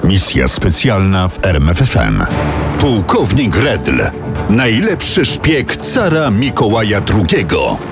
Misja specjalna w RMFFM. Pułkownik Redl. Najlepszy szpieg cara Mikołaja II.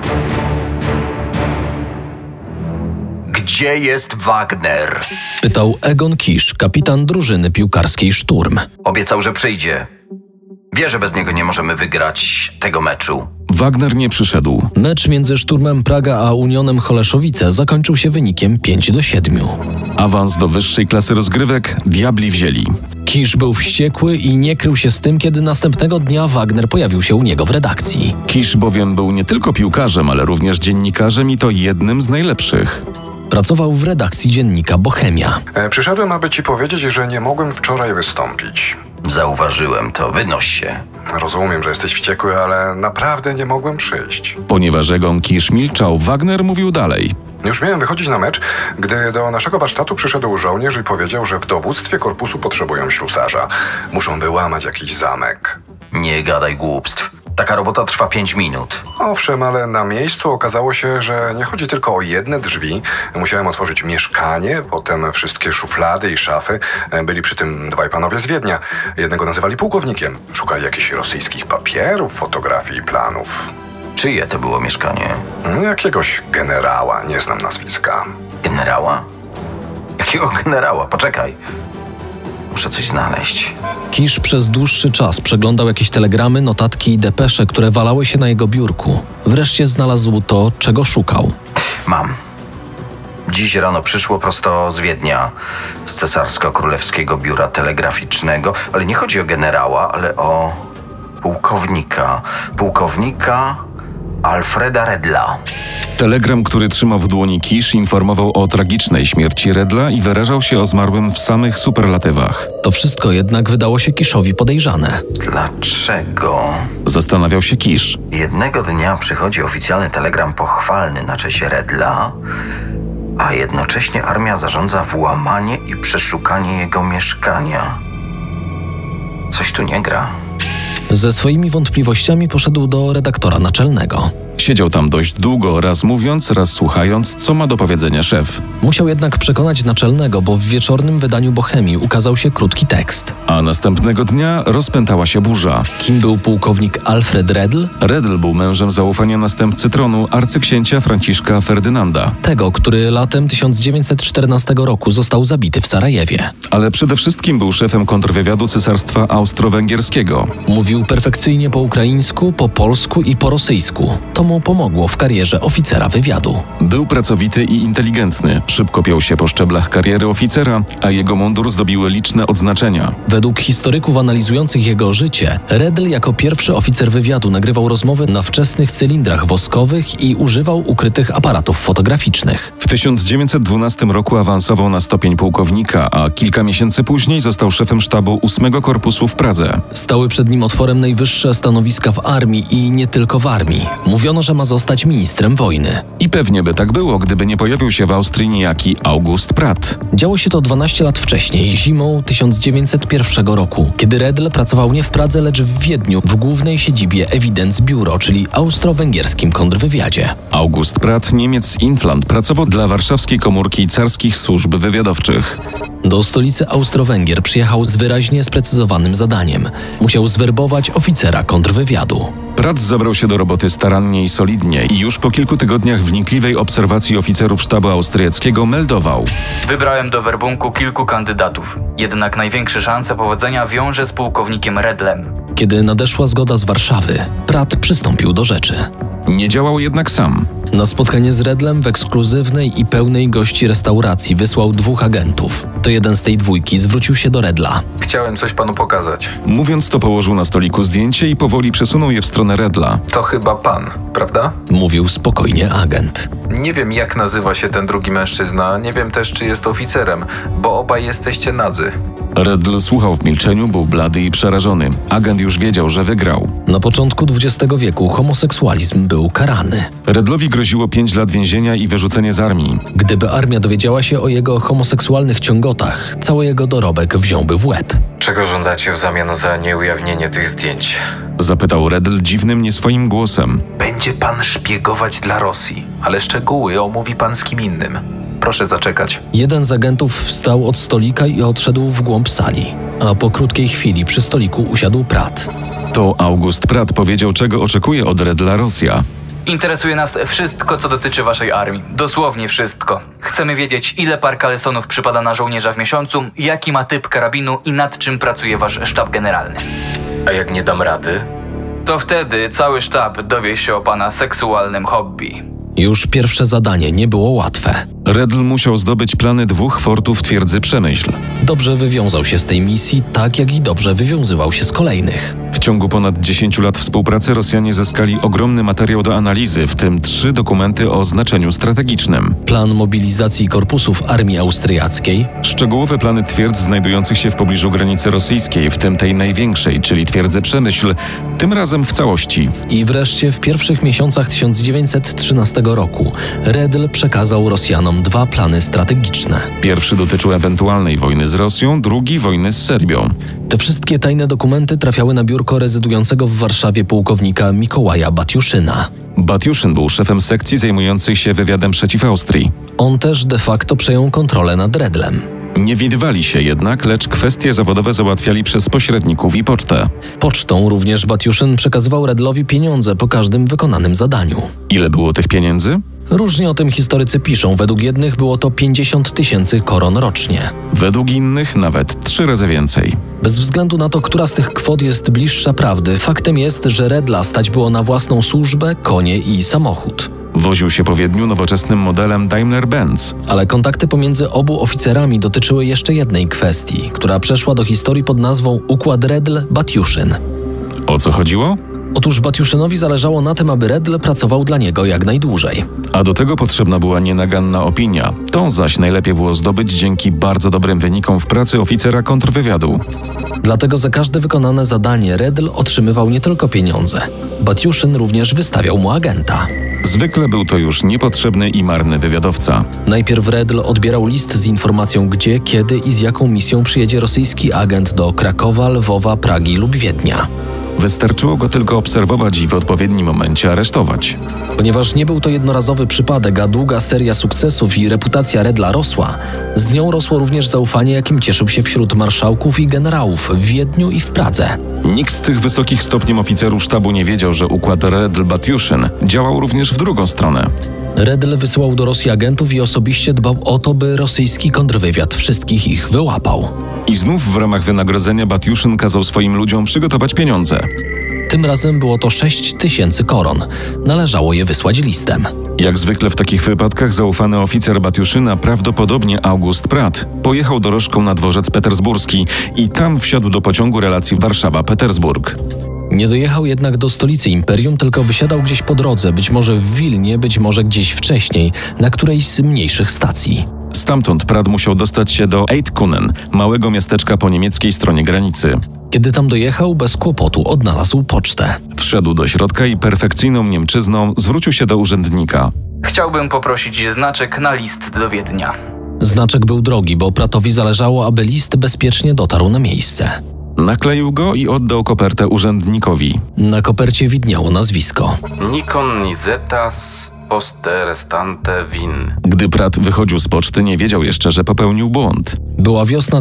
Gdzie jest Wagner? Pytał Egon Kisz, kapitan drużyny piłkarskiej Szturm. Obiecał, że przyjdzie. Wie, że bez niego nie możemy wygrać tego meczu. Wagner nie przyszedł. Mecz między Szturmem Praga a Unionem Holeszowice zakończył się wynikiem 5-7. Awans do wyższej klasy rozgrywek diabli wzięli. Kisz był wściekły i nie krył się z tym, kiedy następnego dnia Wagner pojawił się u niego w redakcji. Kisz bowiem był nie tylko piłkarzem, ale również dziennikarzem i to jednym z najlepszych. Pracował w redakcji dziennika Bohemia. Przyszedłem, aby ci powiedzieć, że nie mogłem wczoraj wystąpić. Zauważyłem to. Wynoś się. Rozumiem, że jesteś wściekły, ale naprawdę nie mogłem przyjść. Ponieważ Egon Kisz milczał, Wagner mówił dalej. Już miałem wychodzić na mecz, gdy do naszego warsztatu przyszedł żołnierz i powiedział, że w dowództwie korpusu potrzebują ślusarza. Muszą wyłamać jakiś zamek. Nie gadaj głupstw. Taka robota trwa 5 minut. Owszem, ale na miejscu okazało się, że nie chodzi tylko o jedne drzwi. Musiałem otworzyć mieszkanie, potem wszystkie szuflady i szafy. Byli przy tym dwaj panowie z Wiednia. Jednego nazywali pułkownikiem. Szukali jakichś rosyjskich papierów, fotografii i planów. Czyje to było mieszkanie? Jakiegoś generała, nie znam nazwiska. Generała? Jakiego generała? Poczekaj. Muszę coś znaleźć. Kisz przez dłuższy czas przeglądał jakieś telegramy, notatki i depesze, które walały się na jego biurku. Wreszcie znalazł to, czego szukał. Mam. Dziś rano przyszło prosto z Wiednia, z cesarsko-królewskiego biura telegraficznego, ale nie chodzi o generała, ale o pułkownika. Pułkownika Alfreda Redla. Telegram, który trzymał w dłoni Kisz, informował o tragicznej śmierci Redla i wyrażał się o zmarłym w samych superlatywach. To wszystko jednak wydało się Kiszowi podejrzane. Dlaczego? Zastanawiał się Kisz. Jednego dnia przychodzi oficjalny telegram pochwalny na cześć Redla, a jednocześnie armia zarządza włamanie i przeszukanie jego mieszkania. Coś tu nie gra. Ze swoimi wątpliwościami poszedł do redaktora naczelnego. Siedział tam dość długo, raz mówiąc, raz słuchając, co ma do powiedzenia szef. Musiał jednak przekonać naczelnego, bo w wieczornym wydaniu Bohemii ukazał się krótki tekst. A następnego dnia rozpętała się burza. Kim był pułkownik Alfred Redl? Redl był mężem zaufania następcy tronu, arcyksięcia Franciszka Ferdynanda. Tego, który latem 1914 roku został zabity w Sarajewie. Ale przede wszystkim był szefem kontrwywiadu Cesarstwa Austro-Węgierskiego. Mówił perfekcyjnie po ukraińsku, po polsku i po rosyjsku. To mu pomogło w karierze oficera wywiadu. Był pracowity i inteligentny, szybko piął się po szczeblach kariery oficera, a jego mundur zdobiły liczne odznaczenia. Według historyków analizujących jego życie, Redl jako pierwszy oficer wywiadu nagrywał rozmowy na wczesnych cylindrach woskowych i używał ukrytych aparatów fotograficznych. W 1912 roku awansował na stopień pułkownika, a kilka miesięcy później został szefem sztabu 8 Korpusu w Pradze. Stały przed nim otworem najwyższe stanowiska w armii i nie tylko w armii. Mówiono, że ma zostać ministrem wojny. I pewnie by tak było, gdyby nie pojawił się w Austrii niejaki August Pratt. Działo się to 12 lat wcześniej, zimą 1901 roku, kiedy Redl pracował nie w Pradze, lecz w Wiedniu, w głównej siedzibie Evidence Bureau, czyli austro-węgierskim kontrwywiadzie. August Pratt, Niemiec z Inflant, pracował dla warszawskiej komórki carskich służb wywiadowczych. Do stolicy Austro-Węgier przyjechał z wyraźnie sprecyzowanym zadaniem. Musiał zwerbować oficera kontrwywiadu. Pratt zabrał się do roboty starannie i solidnie i już po kilku tygodniach wnikliwej obserwacji oficerów sztabu austriackiego meldował. Wybrałem do werbunku kilku kandydatów. Jednak największe szanse powodzenia wiąże z pułkownikiem Redlem. Kiedy nadeszła zgoda z Warszawy, Pratt przystąpił do rzeczy. Nie działał jednak sam. Na spotkanie z Redlem w ekskluzywnej i pełnej gości restauracji wysłał 2 agentów. To jeden z tej dwójki zwrócił się do Redla. Chciałem coś panu pokazać. Mówiąc to, położył na stoliku zdjęcie i powoli przesunął je w stronę Redla. To chyba pan, prawda? Mówił spokojnie agent. Nie wiem, jak nazywa się ten drugi mężczyzna, nie wiem też, czy jest oficerem, bo obaj jesteście nadzy. Redl słuchał w milczeniu, był blady i przerażony. Agent już wiedział, że wygrał. Na początku XX wieku homoseksualizm był karany. Redlowi groziło 5 lat więzienia i wyrzucenie z armii. Gdyby armia dowiedziała się o jego homoseksualnych ciągotach, cały jego dorobek wziąłby w łeb. Czego żądacie w zamian za nieujawnienie tych zdjęć? Zapytał Redl dziwnym, nieswoim głosem. Będzie pan szpiegować dla Rosji, ale szczegóły omówi pan z kim innym. Proszę zaczekać. Jeden z agentów wstał od stolika i odszedł w głąb sali, a po krótkiej chwili przy stoliku usiadł Pratt. To August Pratt powiedział, czego oczekuje od Redla Rosja. Interesuje nas wszystko, co dotyczy waszej armii. Dosłownie wszystko. Chcemy wiedzieć, ile par kalesonów przypada na żołnierza w miesiącu, jaki ma typ karabinu i nad czym pracuje wasz sztab generalny. A jak nie dam rady? To wtedy cały sztab dowie się o pana seksualnym hobby. Już pierwsze zadanie nie było łatwe. Redl musiał zdobyć plany 2 fortów twierdzy Przemyśl. Dobrze wywiązał się z tej misji, tak jak i dobrze wywiązywał się z kolejnych. W ciągu ponad 10 lat współpracy Rosjanie zyskali ogromny materiał do analizy, w tym 3 dokumenty o znaczeniu strategicznym. Plan mobilizacji korpusów armii austriackiej, Szczegółowe plany twierdz znajdujących się w pobliżu granicy rosyjskiej, w tym tej największej, czyli twierdzy Przemyśl, tym razem w całości. i wreszcie w pierwszych miesiącach 1913 roku Redl przekazał Rosjanom 2 plany strategiczne. Pierwszy dotyczył ewentualnej wojny z Rosją, drugi wojny z Serbią. Te wszystkie tajne dokumenty trafiały na biurko rezydującego w Warszawie pułkownika Mikołaja Batiuszyna. Batiuszyn był szefem sekcji zajmującej się wywiadem przeciw Austrii. On też de facto przejął kontrolę nad Redlem. Nie widywali się jednak, lecz kwestie zawodowe załatwiali przez pośredników i pocztę. Pocztą również Batiuszyn przekazywał Redlowi pieniądze po każdym wykonanym zadaniu. Ile było tych pieniędzy? Różnie o tym historycy piszą. Według jednych było to 50 000 koron rocznie. Według innych nawet 3 razy więcej. Bez względu na to, która z tych kwot jest bliższa prawdy, faktem jest, że Redla stać było na własną służbę, konie i samochód. Woził się po Wiedniu nowoczesnym modelem Daimler-Benz. Ale kontakty pomiędzy obu oficerami dotyczyły jeszcze jednej kwestii, która przeszła do historii pod nazwą Układ Redl-Batiuszyn. O co chodziło? Otóż Batiuszynowi zależało na tym, aby Redl pracował dla niego jak najdłużej. A do tego potrzebna była nienaganna opinia. Tą zaś najlepiej było zdobyć dzięki bardzo dobrym wynikom w pracy oficera kontrwywiadu. Dlatego za każde wykonane zadanie Redl otrzymywał nie tylko pieniądze. Batiuszyn również wystawiał mu agenta. Zwykle był to już niepotrzebny i marny wywiadowca. Najpierw Redl odbierał list z informacją, gdzie, kiedy i z jaką misją przyjedzie rosyjski agent do Krakowa, Lwowa, Pragi lub Wiednia. Wystarczyło go tylko obserwować i w odpowiednim momencie aresztować. Ponieważ nie był to jednorazowy przypadek, a długa seria sukcesów i reputacja Redla rosła, z nią rosło również zaufanie, jakim cieszył się wśród marszałków i generałów w Wiedniu i w Pradze. Nikt z tych wysokich stopniem oficerów sztabu nie wiedział, że układ Redl-Batiuszyn działał również w drugą stronę. Redl wysyłał do Rosji agentów i osobiście dbał o to, by rosyjski kontrwywiad wszystkich ich wyłapał. I znów w ramach wynagrodzenia Batiuszyn kazał swoim ludziom przygotować pieniądze. Tym razem było to 6 000 koron. Należało je wysłać listem. Jak zwykle w takich wypadkach zaufany oficer Batiuszyna, prawdopodobnie August Pratt, pojechał dorożką na dworzec petersburski i tam wsiadł do pociągu relacji Warszawa-Petersburg. Nie dojechał jednak do stolicy imperium, tylko wysiadał gdzieś po drodze, być może w Wilnie, być może gdzieś wcześniej, na którejś z mniejszych stacji. Stamtąd Pratt musiał dostać się do Eydkunen, małego miasteczka po niemieckiej stronie granicy. Kiedy tam dojechał, bez kłopotu odnalazł pocztę. Wszedł do środka i perfekcyjną Niemczyzną zwrócił się do urzędnika. Chciałbym poprosić znaczek na list do Wiednia. Znaczek był drogi, bo Prattowi zależało, aby list bezpiecznie dotarł na miejsce. Nakleił go i oddał kopertę urzędnikowi. Na kopercie widniało nazwisko. Nikon Nizetas Poste Restante Win. Gdy Pratt wychodził z poczty, nie wiedział jeszcze, że popełnił błąd. Była wiosna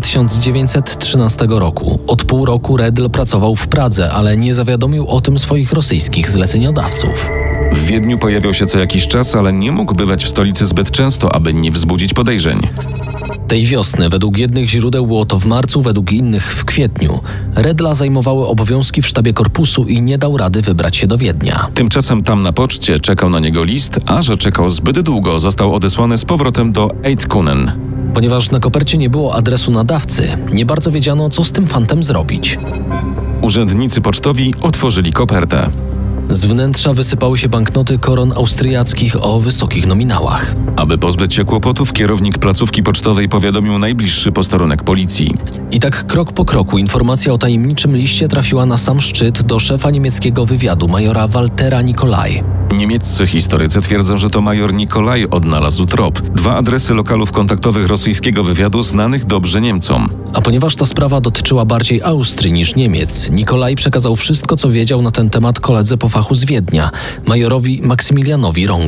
1913 roku. Od pół roku Redl pracował w Pradze, ale nie zawiadomił o tym swoich rosyjskich zleceniodawców. W Wiedniu pojawiał się co jakiś czas, ale nie mógł bywać w stolicy zbyt często, aby nie wzbudzić podejrzeń. Tej wiosny, według jednych źródeł było to w marcu, według innych w kwietniu, Redla zajmowały obowiązki w sztabie korpusu i nie dał rady wybrać się do Wiednia. Tymczasem tam na poczcie czekał na niego list, a że czekał zbyt długo, został odesłany z powrotem do Eydkunen. Ponieważ na kopercie nie było adresu nadawcy, nie bardzo wiedziano, co z tym fantem zrobić. Urzędnicy pocztowi otworzyli kopertę. Z wnętrza wysypały się banknoty koron austriackich o wysokich nominałach. Aby pozbyć się kłopotów, kierownik placówki pocztowej powiadomił najbliższy posterunek policji. I tak krok po kroku informacja o tajemniczym liście trafiła na sam szczyt do szefa niemieckiego wywiadu, majora Waltera Nikolaj. Niemieccy historycy twierdzą, że to major Nikolaj odnalazł trop. 2 adresy lokalów kontaktowych rosyjskiego wywiadu znanych dobrze Niemcom. A ponieważ ta sprawa dotyczyła bardziej Austrii niż Niemiec, Nikolaj przekazał wszystko, co wiedział na ten temat koledze po fachu z Wiednia, majorowi Maksymilianowi Rongę.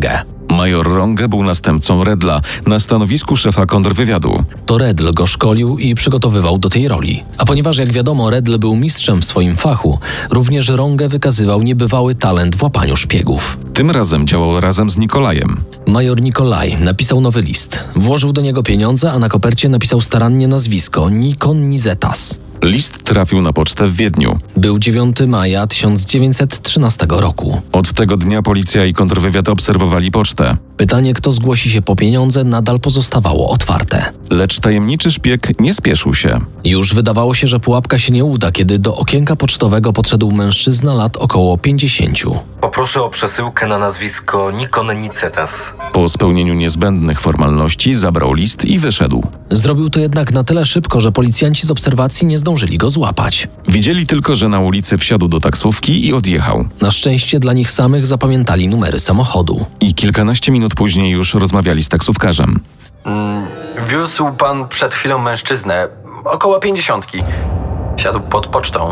Major Runge był następcą Redla na stanowisku szefa kontrwywiadu. To Redl go szkolił i przygotowywał do tej roli. A ponieważ, jak wiadomo, Redl był mistrzem w swoim fachu, również Runge wykazywał niebywały talent w łapaniu szpiegów. Tym razem działał razem z Nikolajem. Major Nikolaj napisał nowy list. Włożył do niego pieniądze, a na kopercie napisał starannie nazwisko Nikon Nizetas. List trafił na pocztę w Wiedniu. Był 9 maja 1913 roku. Od tego dnia policja i kontrwywiad obserwowali pocztę. Pytanie, kto zgłosi się po pieniądze, nadal pozostawało otwarte. Lecz tajemniczy szpieg nie spieszył się. Już wydawało się, że pułapka się nie uda, kiedy do okienka pocztowego podszedł mężczyzna lat około 50. Poproszę o przesyłkę na nazwisko Nikon Nicetas. Po spełnieniu niezbędnych formalności zabrał list i wyszedł. Zrobił to jednak na tyle szybko, że policjanci z obserwacji nie zdążyli go złapać. Widzieli tylko, że na ulicy wsiadł do taksówki i odjechał. Na szczęście dla nich samych zapamiętali numery samochodu. I kilkanaście minut później już rozmawiali z taksówkarzem. Wiózł pan przed chwilą mężczyznę, około 50. Siadł pod pocztą.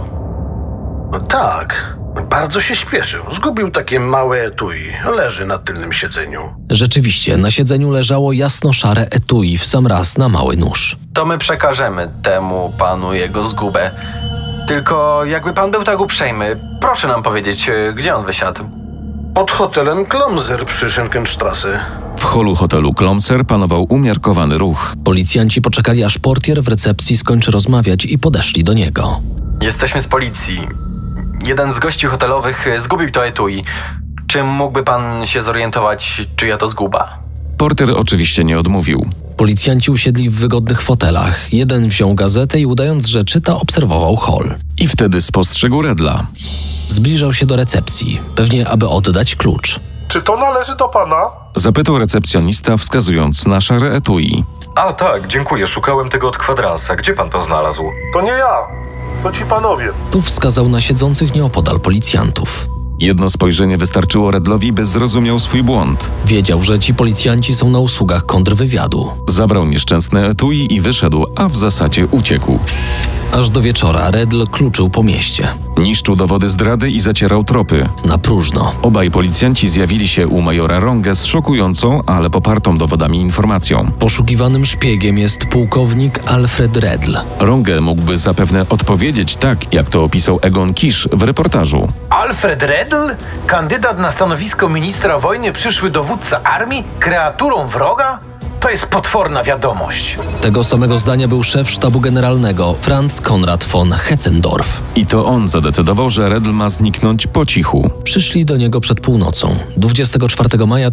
Tak, bardzo się śpieszył. Zgubił takie małe etui. Leży na tylnym siedzeniu. Rzeczywiście, na siedzeniu leżało jasno-szare etui w sam raz na mały nóż. To my przekażemy temu panu jego zgubę. Tylko jakby pan był tak uprzejmy, proszę nam powiedzieć, gdzie on wysiadł. Pod hotelem Klomzer przy Schenkenstrasse. W holu hotelu Klomser panował umiarkowany ruch. Policjanci poczekali, aż portier w recepcji skończy rozmawiać i podeszli do niego. Jesteśmy z policji. Jeden z gości hotelowych zgubił to etui. Czy mógłby pan się zorientować, czyja to zguba? Porter oczywiście nie odmówił. Policjanci usiedli w wygodnych fotelach. Jeden wziął gazetę i udając, że czyta, obserwował hol. I wtedy spostrzegł Redla. Zbliżał się do recepcji, pewnie aby oddać klucz. Czy to należy do pana? Zapytał recepcjonista, wskazując na szare etui. A tak, dziękuję, szukałem tego od kwadransa. Gdzie pan to znalazł? To nie ja. To ci panowie. Tu wskazał na siedzących nieopodal policjantów. Jedno spojrzenie wystarczyło Redlowi, by zrozumiał swój błąd. Wiedział, że ci policjanci są na usługach kontrwywiadu. Zabrał nieszczęsne etui i wyszedł, a w zasadzie uciekł. Aż do wieczora Redl kluczył po mieście. Niszczył dowody zdrady i zacierał tropy. Na próżno. Obaj policjanci zjawili się u majora Runge z szokującą, ale popartą dowodami informacją. Poszukiwanym szpiegiem jest pułkownik Alfred Redl. Runge mógłby zapewne odpowiedzieć tak, jak to opisał Egon Kisz w reportażu. Alfred Redl? Kandydat na stanowisko ministra wojny, przyszły dowódca armii? Kreaturą wroga? To jest potworna wiadomość. Tego samego zdania był szef sztabu generalnego Franz Konrad von Hetzendorf. I to on zadecydował, że Redl ma zniknąć po cichu. Przyszli do niego przed północą, 24 maja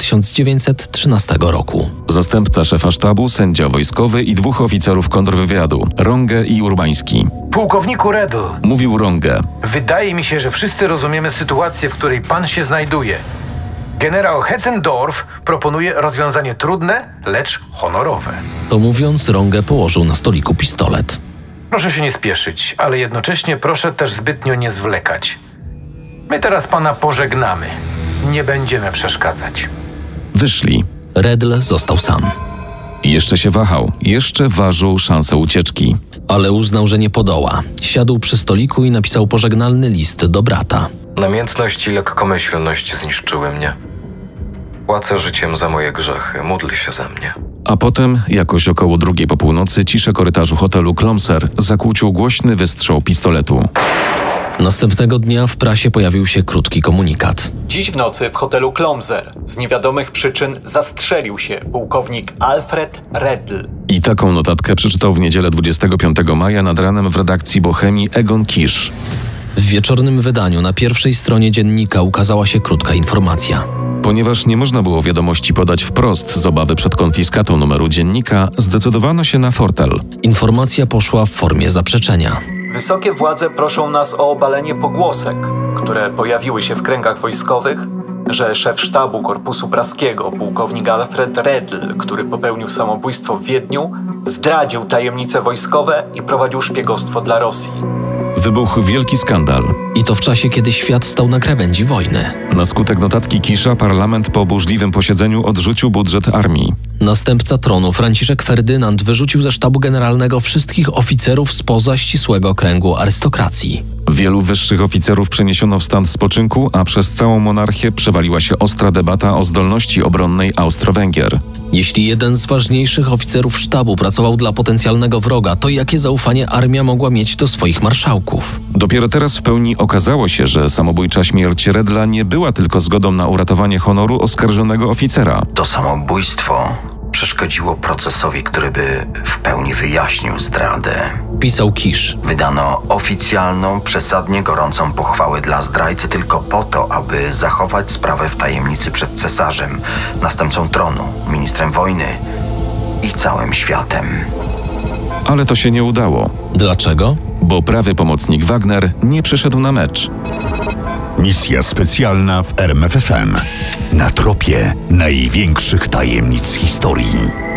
1913 roku. Zastępca szefa sztabu, sędzia wojskowy i dwóch oficerów kontrwywiadu, Runge i Urbański. Pułkowniku Redl, Mówił Runge. wydaje mi się, że wszyscy rozumiemy sytuację, w której pan się znajduje. Generał Hetzendorf proponuje rozwiązanie trudne, lecz honorowe. To mówiąc, Runge położył na stoliku pistolet. Proszę się nie spieszyć, ale jednocześnie proszę też zbytnio nie zwlekać. My teraz pana pożegnamy. Nie będziemy przeszkadzać. Wyszli. Redl został sam. Jeszcze się wahał, jeszcze ważył szansę ucieczki. Ale uznał, że nie podoła. Siadł przy stoliku i napisał pożegnalny list do brata. Namiętność i lekkomyślność zniszczyły mnie. Płacę życiem za moje grzechy, módl się za mnie. A potem, jakoś około 2:00 po północy, ciszę korytarzu hotelu Klomser zakłócił głośny wystrzał pistoletu. Następnego dnia w prasie pojawił się krótki komunikat. Dziś w nocy w hotelu Klomser z niewiadomych przyczyn zastrzelił się pułkownik Alfred Redl. I taką notatkę przeczytał w niedzielę 25 maja nad ranem w redakcji Bohemii Egon Kisz. W wieczornym wydaniu na pierwszej stronie dziennika ukazała się krótka informacja. Ponieważ nie można było wiadomości podać wprost z obawy przed konfiskatą numeru dziennika, zdecydowano się na fortel. Informacja poszła w formie zaprzeczenia. Wysokie władze proszą nas o obalenie pogłosek, które pojawiły się w kręgach wojskowych, że szef sztabu Korpusu Praskiego, pułkownik Alfred Redl, który popełnił samobójstwo w Wiedniu, zdradził tajemnice wojskowe i prowadził szpiegostwo dla Rosji. Wybuchł wielki skandal. I to w czasie, kiedy świat stał na krawędzi wojny. Na skutek notatki Kisza parlament po burzliwym posiedzeniu odrzucił budżet armii. Następca tronu Franciszek Ferdynand wyrzucił ze sztabu generalnego wszystkich oficerów spoza ścisłego kręgu arystokracji. Wielu wyższych oficerów przeniesiono w stan spoczynku, a przez całą monarchię przewaliła się ostra debata o zdolności obronnej Austro-Węgier. Jeśli jeden z ważniejszych oficerów sztabu pracował dla potencjalnego wroga, to jakie zaufanie armia mogła mieć do swoich marszałków? Dopiero teraz w pełni okazało się, że samobójcza śmierć Redla nie była tylko zgodą na uratowanie honoru oskarżonego oficera. To samobójstwo przeszkodziło procesowi, który by w pełni wyjaśnił zdradę. Pisał Kisz. Wydano oficjalną, przesadnie gorącą pochwałę dla zdrajcy tylko po to, aby zachować sprawę w tajemnicy przed cesarzem, następcą tronu, ministrem wojny i całym światem. Ale to się nie udało. Dlaczego? Bo prawy pomocnik Wagner nie przyszedł na mecz. Misja specjalna w RMFFM. Na tropie największych tajemnic historii.